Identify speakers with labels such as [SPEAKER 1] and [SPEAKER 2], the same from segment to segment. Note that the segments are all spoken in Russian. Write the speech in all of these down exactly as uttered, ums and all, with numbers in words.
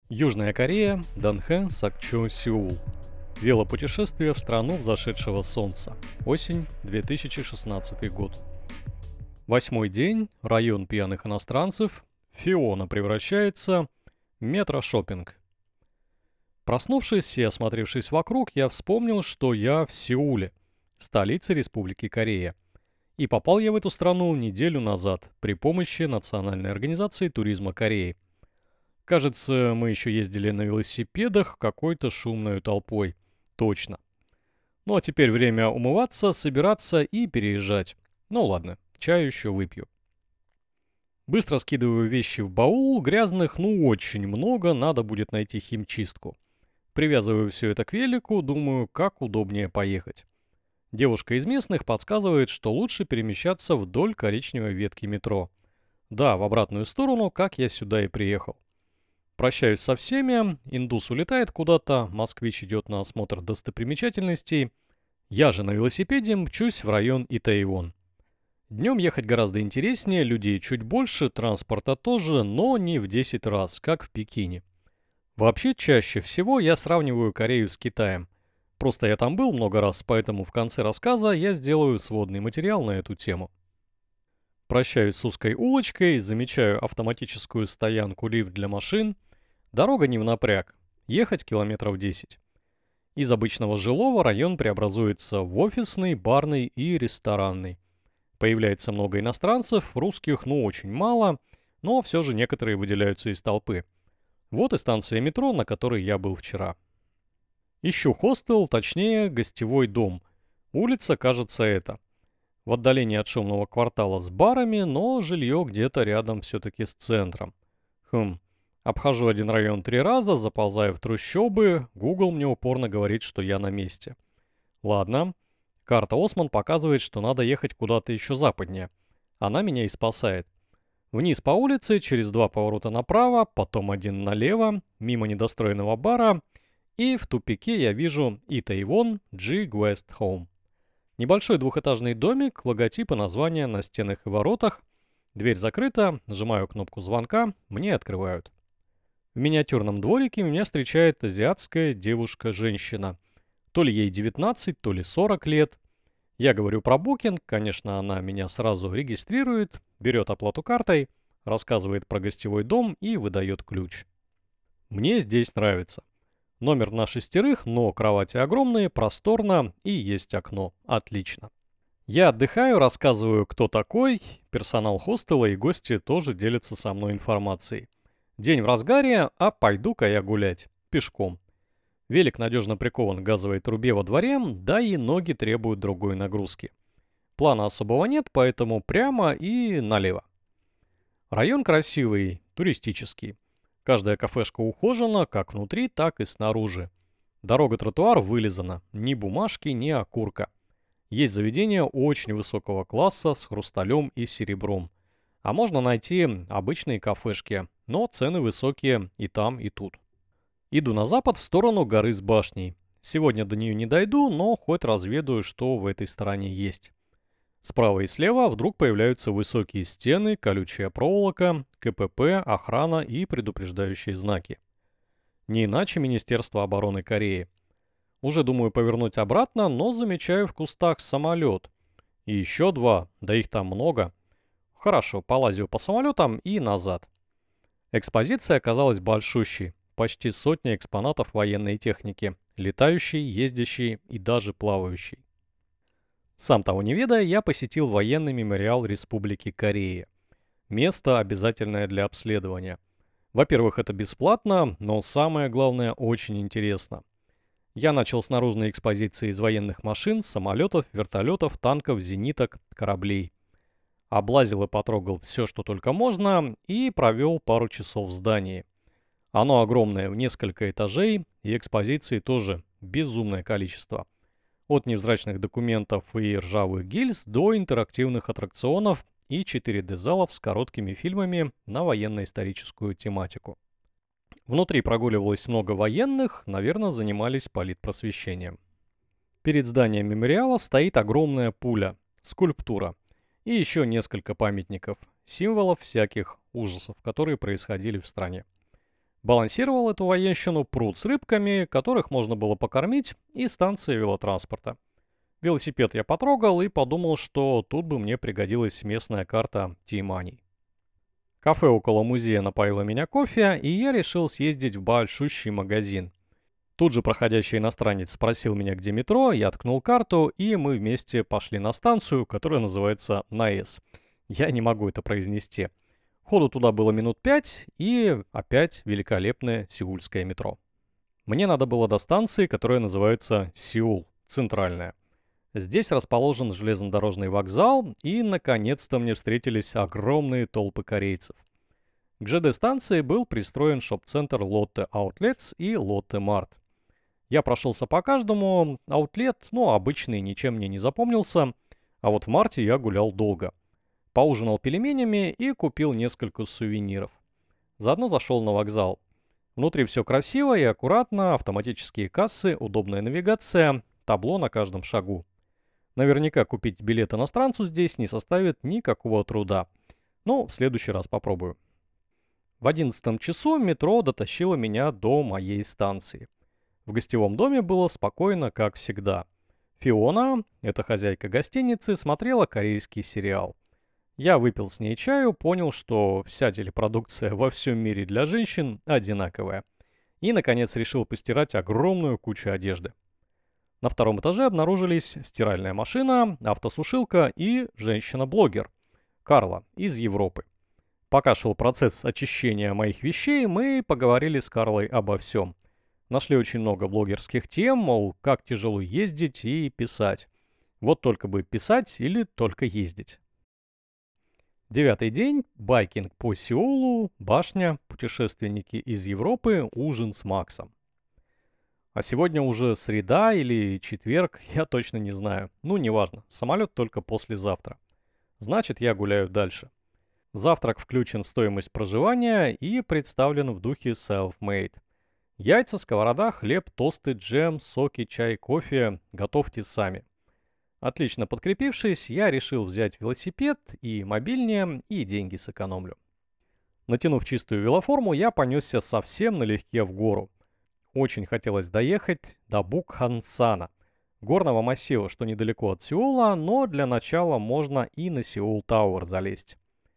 [SPEAKER 1] Южная Корея, Данхэ, Сокчо, Сеул. Велопутешествие в страну взошедшего солнца. Осень, две тысячи шестнадцатый год. Восьмой день, район пьяных иностранцев, Фиона превращается в метрошоппинг. Проснувшись и осмотревшись вокруг, я вспомнил, что я в Сеуле, столице Республики Корея. И попал я в эту страну неделю назад при помощи Национальной организации туризма Кореи. Кажется, мы еще ездили на велосипедах какой-то шумной толпой. Точно. Ну а теперь время умываться, собираться и переезжать. Ну ладно, чаю еще выпью. Быстро скидываю вещи в баул, грязных ну очень много, надо будет найти химчистку. Привязываю все это к велику, думаю, как удобнее поехать. Девушка из местных подсказывает, что лучше перемещаться вдоль коричневой ветки метро. Да, в обратную сторону, как я сюда и приехал. Прощаюсь со всеми, индус улетает куда-то, москвич идет на осмотр достопримечательностей. Я же на велосипеде мчусь в район Итаевон. Днем ехать гораздо интереснее, людей чуть больше, транспорта тоже, но не в десять раз, как в Пекине. Вообще, чаще всего я сравниваю Корею с Китаем. Просто я там был много раз, поэтому в конце рассказа я сделаю сводный материал на эту тему. Прощаюсь с узкой улочкой, замечаю автоматическую стоянку лифт для машин. Дорога не в напряг, ехать километров десять. Из обычного жилого район преобразуется в офисный, барный и ресторанный. Появляется много иностранцев, русских ну очень мало, но все же некоторые выделяются из толпы. Вот и станция метро, на которой я был вчера. Ищу хостел, точнее гостевой дом. Улица, кажется, эта. В отдалении от шумного квартала с барами, но жилье где-то рядом все-таки с центром. Хм. Обхожу один район три раза, заползаю в трущобы, Google мне упорно говорит, что я на месте. Ладно. Карта Осман показывает, что надо ехать куда-то еще западнее. Она меня и спасает. Вниз по улице, через два поворота направо, потом один налево, мимо недостроенного бара, и в тупике я вижу Итаевон G Guest Home. Небольшой двухэтажный домик, логотип и название на стенах и воротах. Дверь закрыта, нажимаю кнопку звонка, мне открывают. В миниатюрном дворике меня встречает азиатская девушка-женщина. То ли ей девятнадцать, то ли сорок лет. Я говорю про букинг, конечно, она меня сразу регистрирует, берет оплату картой, рассказывает про гостевой дом и выдает ключ. Мне здесь нравится. Номер на шестерых, но кровати огромные, просторно и есть окно. Отлично. Я отдыхаю, рассказываю, кто такой, персонал хостела и гости тоже делятся со мной информацией. День в разгаре, а пойду-ка я гулять. Пешком. Велик надежно прикован к газовой трубе во дворе, да и ноги требуют другой нагрузки. Плана особого нет, поэтому прямо и налево. Район красивый, туристический. Каждая кафешка ухожена, как внутри, так и снаружи. Дорога-тротуар вылизана, ни бумажки, ни окурка. Есть заведения очень высокого класса с хрусталем и серебром. А можно найти обычные кафешки, но цены высокие и там, и тут. Иду на запад в сторону горы с башней. Сегодня до нее не дойду, но хоть разведаю, что в этой стороне есть. Справа и слева вдруг появляются высокие стены, колючая проволока, КПП, охрана и предупреждающие знаки. Не иначе Министерство обороны Кореи. Уже думаю повернуть обратно, но замечаю в кустах самолет. И еще два, да их там много. Хорошо, полазю по самолетам и назад. Экспозиция оказалась большущей. Почти сотня экспонатов военной техники. Летающей, ездящей и даже плавающей. Сам того не ведая, я посетил военный мемориал Республики Корея. Место обязательное для обследования. Во-первых, это бесплатно, но самое главное, очень интересно. Я начал с наружной экспозиции из военных машин, самолетов, вертолетов, танков, зениток, кораблей. Облазил и потрогал все, что только можно, и провел пару часов в здании. Оно огромное, в несколько этажей, и экспозиции тоже безумное количество. От невзрачных документов и ржавых гильз до интерактивных аттракционов и четыре дэ-залов с короткими фильмами на военно-историческую тематику. Внутри прогуливалось много военных, наверное, занимались политпросвещением. Перед зданием мемориала стоит огромная пуля, скульптура, и еще несколько памятников, символов всяких ужасов, которые происходили в стране. Балансировал эту военщину пруд с рыбками, которых можно было покормить, и станция велотранспорта. Велосипед я потрогал и подумал, что тут бы мне пригодилась местная карта Тимани. Кафе около музея напоило меня кофе, и я решил съездить в большущий магазин. Тут же проходящий иностранец спросил меня, где метро, я ткнул карту, и мы вместе пошли на станцию, которая называется НАЭС. Я не могу это произнести. Ходу туда было минут пять, и опять великолепное сеульское метро. Мне надо было до станции, которая называется Сеул, центральная. Здесь расположен железнодорожный вокзал, и наконец-то мне встретились огромные толпы корейцев. К ЖД-станции был пристроен шоп-центр Lotte Outlets и Lotte Mart. Я прошелся по каждому, аутлет, ну, обычный, ничем мне не запомнился, а вот в марте я гулял долго. Поужинал пельменями и купил несколько сувениров. Заодно зашел на вокзал. Внутри все красиво и аккуратно, автоматические кассы, удобная навигация, табло на каждом шагу. Наверняка купить билет иностранцу здесь не составит никакого труда. Но в следующий раз попробую. В одиннадцатом часу метро дотащило меня до моей станции. В гостевом доме было спокойно, как всегда. Фиона, эта хозяйка гостиницы, смотрела корейский сериал. Я выпил с ней чаю, понял, что вся телепродукция во всем мире для женщин одинаковая. И, наконец, решил постирать огромную кучу одежды. На втором этаже обнаружились стиральная машина, автосушилка и женщина-блогер Карла из Европы. Пока шел процесс очищения моих вещей, мы поговорили с Карлой обо всем. Нашли очень много блогерских тем, мол, как тяжело ездить и писать. Вот только бы писать или только ездить. Девятый день, байкинг по Сеулу, башня, путешественники из Европы, ужин с Максом. А сегодня уже среда или четверг, я точно не знаю. Ну, неважно, самолет только послезавтра. Значит, я гуляю дальше. Завтрак включен в стоимость проживания и представлен в духе self-made. Яйца, сковорода, хлеб, тосты, джем, соки, чай, кофе. Готовьте сами. Отлично подкрепившись, я решил взять велосипед и мобильнее, и деньги сэкономлю. Натянув чистую велоформу, я понесся совсем налегке в гору. Очень хотелось доехать до Букхансана, горного массива, что недалеко от Сеула, но для начала можно и на Сеул Тауэр залезть.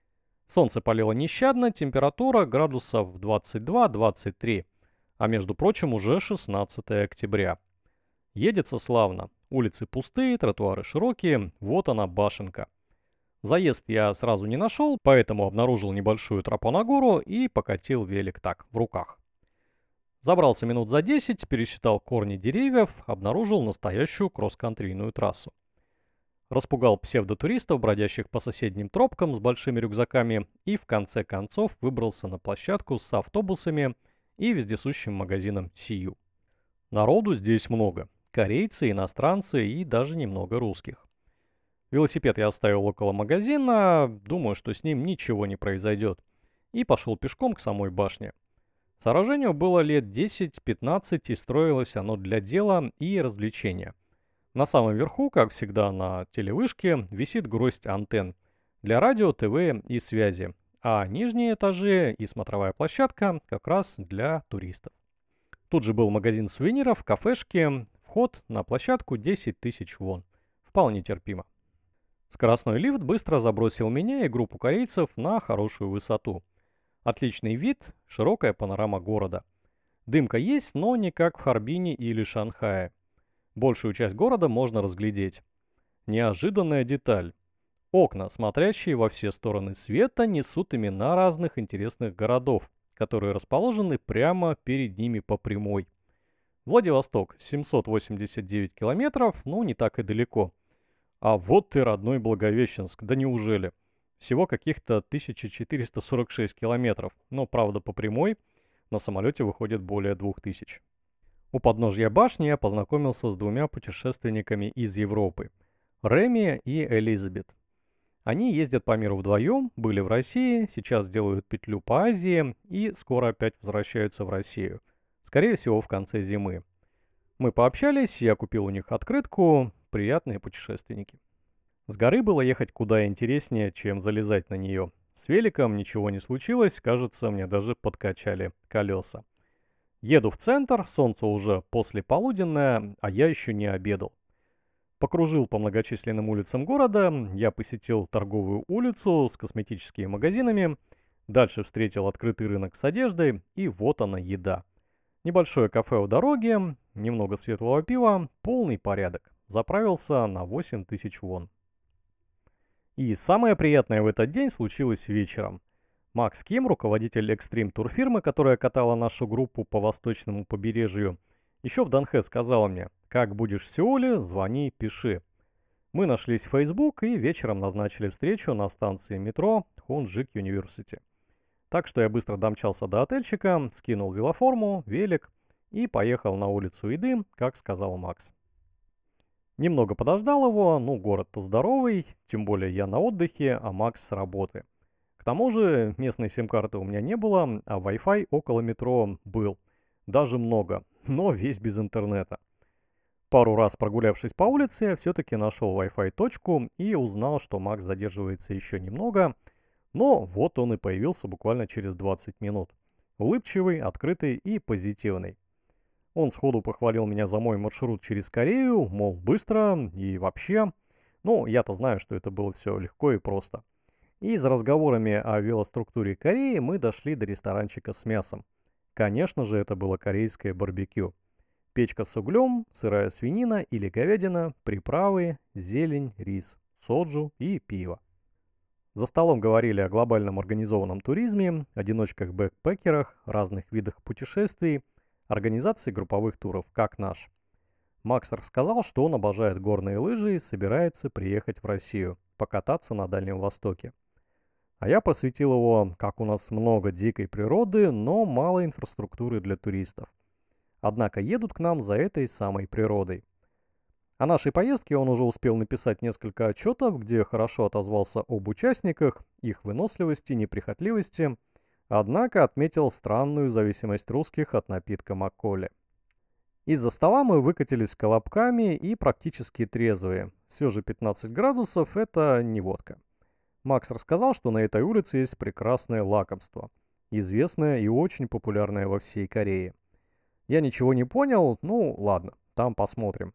[SPEAKER 1] Солнце палило нещадно, температура градусов двадцать два — двадцать три. А между прочим, уже шестнадцатое октября. Едется славно. Улицы пустые, тротуары широкие. Вот она, башенка. Заезд я сразу не нашел, поэтому обнаружил небольшую тропу на гору и покатил велик так, в руках. Забрался минут за десять, пересчитал корни деревьев, обнаружил настоящую кросс-контрийную трассу. Распугал псевдотуристов, бродящих по соседним тропкам с большими рюкзаками, и в конце концов выбрался на площадку с автобусами и вездесущим магазином Сию. Народу здесь много. Корейцы, иностранцы и даже немного русских. Велосипед я оставил около магазина, думаю, что с ним ничего не произойдет, и пошел пешком к самой башне. Сооружению было лет десять-пятнадцать, и строилось оно для дела и развлечения. На самом верху, как всегда на телевышке, висит гроздь антенн для радио, ТВ и связи, а нижние этажи и смотровая площадка как раз для туристов. Тут же был магазин сувениров, кафешки, вход на площадку десять тысяч вон. Вполне терпимо. Скоростной лифт быстро забросил меня и группу корейцев на хорошую высоту. Отличный вид, широкая панорама города. Дымка есть, но не как в Харбине или Шанхае. Большую часть города можно разглядеть. Неожиданная деталь. Окна, смотрящие во все стороны света, несут имена разных интересных городов, которые расположены прямо перед ними по прямой. Владивосток, семьсот восемьдесят девять километров, ну не так и далеко. А вот ты, родной Благовещенск, да неужели? Всего каких-то тысяча четыреста сорок шесть километров, но правда по прямой на самолете выходит более двух тысяч. У подножья башни я познакомился с двумя путешественниками из Европы – Реми и Элизабет. Они ездят по миру вдвоем, были в России, сейчас делают петлю по Азии и скоро опять возвращаются в Россию. Скорее всего, в конце зимы. Мы пообщались, я купил у них открытку, приятные путешественники. С горы было ехать куда интереснее, чем залезать на нее. С великом ничего не случилось, кажется, мне даже подкачали колеса. Еду в центр, солнце уже послеполуденное, а я еще не обедал. Покружил по многочисленным улицам города, я посетил торговую улицу с косметическими магазинами, дальше встретил открытый рынок с одеждой, и вот она еда. Небольшое кафе у дороги, немного светлого пива, полный порядок. Заправился на восемь тысяч вон. И самое приятное в этот день случилось вечером. Макс Ким, руководитель экстрим турфирмы, которая катала нашу группу по восточному побережью, еще в Данхэ сказала мне: как будешь в Сеуле, звони, пиши. Мы нашлись в Facebook и вечером назначили встречу на станции метро Хунджик Юниверсити. Так что я быстро домчался до отельчика, скинул велоформу, велик и поехал на улицу еды, как сказал Макс. Немного подождал его, ну город-то здоровый, тем более я на отдыхе, а Макс с работы. К тому же местной сим-карты у меня не было, а Wi-Fi около метро был. Даже много, но весь без интернета. Пару раз прогулявшись по улице, я все-таки нашел Wi-Fi точку и узнал, что Макс задерживается еще немного. Но вот он и появился буквально через двадцать минут. Улыбчивый, открытый и позитивный. Он сходу похвалил меня за мой маршрут через Корею, мол, быстро и вообще. Ну, я-то знаю, что это было все легко и просто. И за разговорами о велоструктуре Кореи мы дошли до ресторанчика с мясом. Конечно же, это было корейское барбекю. Печка с углем, сырая свинина или говядина, приправы, зелень, рис, соджу и пиво. За столом говорили о глобальном организованном туризме, одиночках-бэкпекерах, разных видах путешествий, организации групповых туров, как наш. Макс рассказал, что он обожает горные лыжи и собирается приехать в Россию, покататься на Дальнем Востоке. А я просветил его, как у нас много дикой природы, но мало инфраструктуры для туристов. Однако едут к нам за этой самой природой. О нашей поездке он уже успел написать несколько отчетов, где хорошо отозвался об участниках, их выносливости, неприхотливости, однако отметил странную зависимость русских от напитка Макколе. Из-за стола мы выкатились колобками и практически трезвые. Все же пятнадцать градусов – это не водка. Макс рассказал, что на этой улице есть прекрасное лакомство, известное и очень популярное во всей Корее. Я ничего не понял, ну ладно, там посмотрим.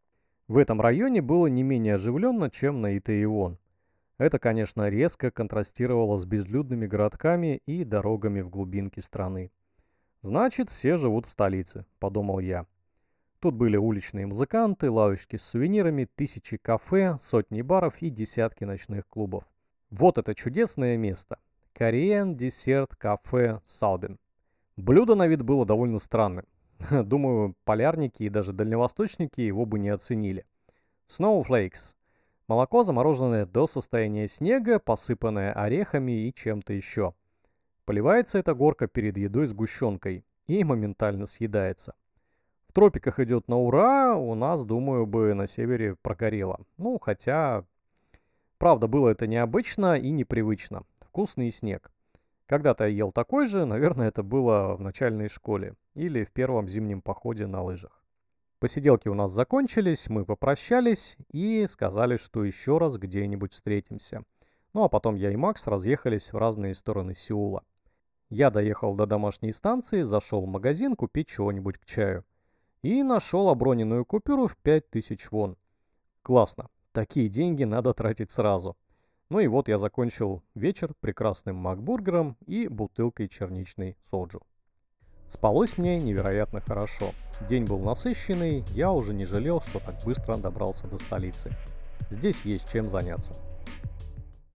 [SPEAKER 1] В этом районе было не менее оживленно, чем на Итэйвон. Это, конечно, резко контрастировало с безлюдными городками и дорогами в глубинке страны. «Значит, все живут в столице», — подумал я. Тут были уличные музыканты, лавочки с сувенирами, тысячи кафе, сотни баров и десятки ночных клубов. Вот это чудесное место. Korean Dessert Cafe Salbin. Блюдо на вид было довольно странным. Думаю, полярники и даже дальневосточники его бы не оценили. Snowflakes. Молоко, замороженное до состояния снега, посыпанное орехами и чем-то еще. Поливается эта горка перед едой сгущенкой и моментально съедается. В тропиках идет на ура, у нас, думаю, бы на севере прогорело. Ну, хотя... Правда, было это необычно и непривычно. Вкусный снег. Когда-то я ел такой же, наверное, это было в начальной школе или в первом зимнем походе на лыжах. Посиделки у нас закончились, мы попрощались и сказали, что еще раз где-нибудь встретимся. Ну а потом я и Макс разъехались в разные стороны Сеула. Я доехал до домашней станции, зашел в магазин купить чего-нибудь к чаю. И нашел оброненную купюру в пять тысяч вон. Классно, такие деньги надо тратить сразу. Ну и вот я закончил вечер прекрасным макбургером и бутылкой черничной соджу. Спалось мне невероятно хорошо. День был насыщенный, я уже не жалел, что так быстро добрался до столицы. Здесь есть чем заняться.